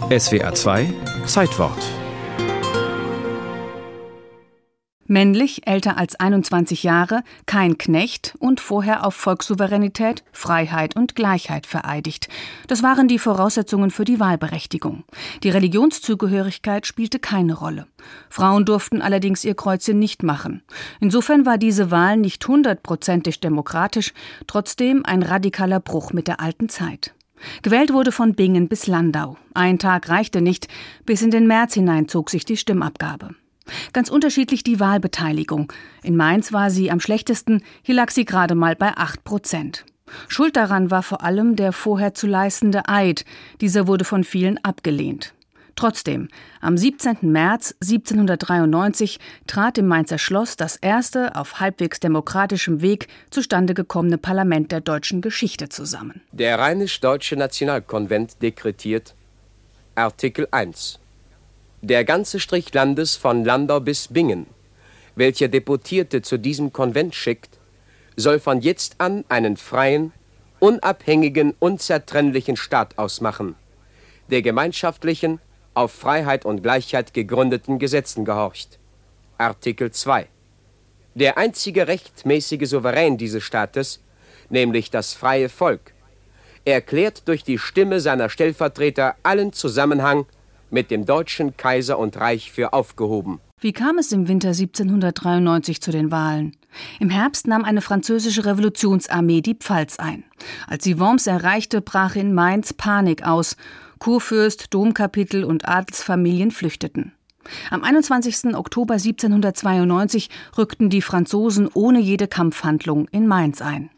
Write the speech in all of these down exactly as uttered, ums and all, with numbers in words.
S W R zwei Zeitwort. Männlich, älter als einundzwanzig Jahre, kein Knecht und vorher auf Volkssouveränität, Freiheit und Gleichheit vereidigt. Das waren die Voraussetzungen für die Wahlberechtigung. Die Religionszugehörigkeit spielte keine Rolle. Frauen durften allerdings ihr Kreuzchen nicht machen. Insofern war diese Wahl nicht hundertprozentig demokratisch, trotzdem ein radikaler Bruch mit der alten Zeit. Gewählt wurde von Bingen bis Landau. Ein Tag reichte nicht, bis in den März hinein zog sich die Stimmabgabe. Ganz unterschiedlich die Wahlbeteiligung. In Mainz war sie am schlechtesten, hier lag sie gerade mal bei acht Prozent. Schuld daran war vor allem der vorher zu leistende Eid. Dieser wurde von vielen abgelehnt. Trotzdem, am siebzehnten März siebzehnhundertdreiundneunzig trat im Mainzer Schloss das erste auf halbwegs demokratischem Weg zustande gekommene Parlament der deutschen Geschichte zusammen. Der Rheinisch-Deutsche Nationalkonvent dekretiert Artikel eins. Der ganze Strich Landes von Landau bis Bingen, welcher Deputierte zu diesem Konvent schickt, soll von jetzt an einen freien, unabhängigen, unzertrennlichen Staat ausmachen, der gemeinschaftlichen, auf Freiheit und Gleichheit gegründeten Gesetzen gehorcht. Artikel zwei. Der einzige rechtmäßige Souverän dieses Staates, nämlich das freie Volk, erklärt durch die Stimme seiner Stellvertreter allen Zusammenhang mit dem deutschen Kaiser und Reich für aufgehoben. Wie kam es im Winter siebzehnhundertdreiundneunzig zu den Wahlen? Im Herbst nahm eine französische Revolutionsarmee die Pfalz ein. Als sie Worms erreichte, brach in Mainz Panik aus. Kurfürst, Domkapitel und Adelsfamilien flüchteten. Am einundzwanzigsten Oktober siebzehnhundertzweiundneunzig rückten die Franzosen ohne jede Kampfhandlung in Mainz ein.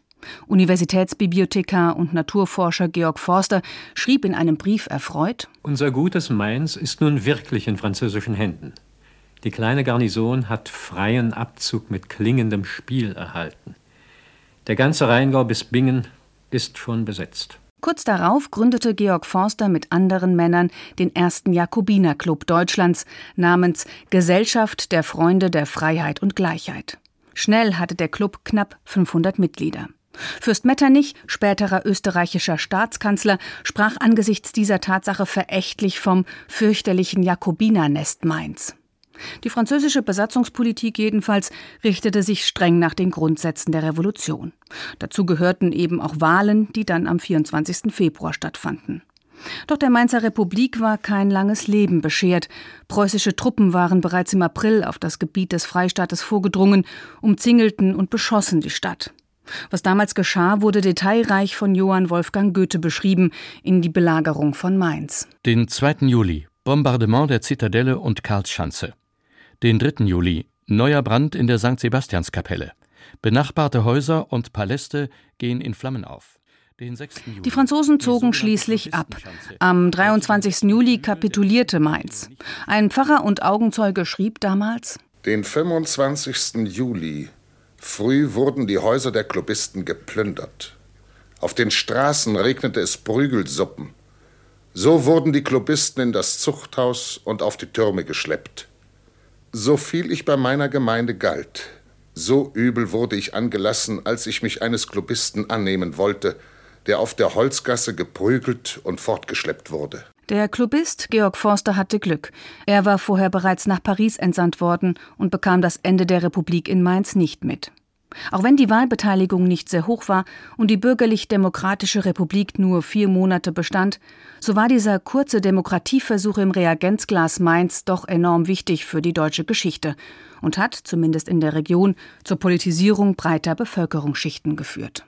Universitätsbibliothekar und Naturforscher Georg Forster schrieb in einem Brief erfreut: Unser gutes Mainz ist nun wirklich in französischen Händen. Die kleine Garnison hat freien Abzug mit klingendem Spiel erhalten. Der ganze Rheingau bis Bingen ist schon besetzt. Kurz darauf gründete Georg Forster mit anderen Männern den ersten Jakobinerclub Deutschlands namens Gesellschaft der Freunde der Freiheit und Gleichheit. Schnell hatte der Club knapp fünfhundert Mitglieder. Fürst Metternich, späterer österreichischer Staatskanzler, sprach angesichts dieser Tatsache verächtlich vom fürchterlichen Jakobinernest Mainz. Die französische Besatzungspolitik jedenfalls richtete sich streng nach den Grundsätzen der Revolution. Dazu gehörten eben auch Wahlen, die dann am vierundzwanzigsten Februar stattfanden. Doch der Mainzer Republik war kein langes Leben beschert. Preußische Truppen waren bereits im April auf das Gebiet des Freistaates vorgedrungen, umzingelten und beschossen die Stadt. Was damals geschah, wurde detailreich von Johann Wolfgang Goethe beschrieben in Die Belagerung von Mainz. Den zweiten Juli, Bombardement der Zitadelle und Karlsschanze. Den dritten Juli, neuer Brand in der Sankt Sebastianskapelle. Benachbarte Häuser und Paläste gehen in Flammen auf. Die Franzosen zogen schließlich ab. Am dreiundzwanzigsten Juli kapitulierte Mainz. Ein Pfarrer und Augenzeuge schrieb damals: Den fünfundzwanzigsten Juli früh wurden die Häuser der Klubisten geplündert. Auf den Straßen regnete es Prügelsuppen. So wurden die Klubisten in das Zuchthaus und auf die Türme geschleppt. So viel ich bei meiner Gemeinde galt, so übel wurde ich angelassen, als ich mich eines Klubisten annehmen wollte, der auf der Holzgasse geprügelt und fortgeschleppt wurde. Der Klubist Georg Forster hatte Glück. Er war vorher bereits nach Paris entsandt worden und bekam das Ende der Republik in Mainz nicht mit. Auch wenn die Wahlbeteiligung nicht sehr hoch war und die bürgerlich-demokratische Republik nur vier Monate bestand, so war dieser kurze Demokratieversuch im Reagenzglas Mainz doch enorm wichtig für die deutsche Geschichte und hat, zumindest in der Region, zur Politisierung breiter Bevölkerungsschichten geführt.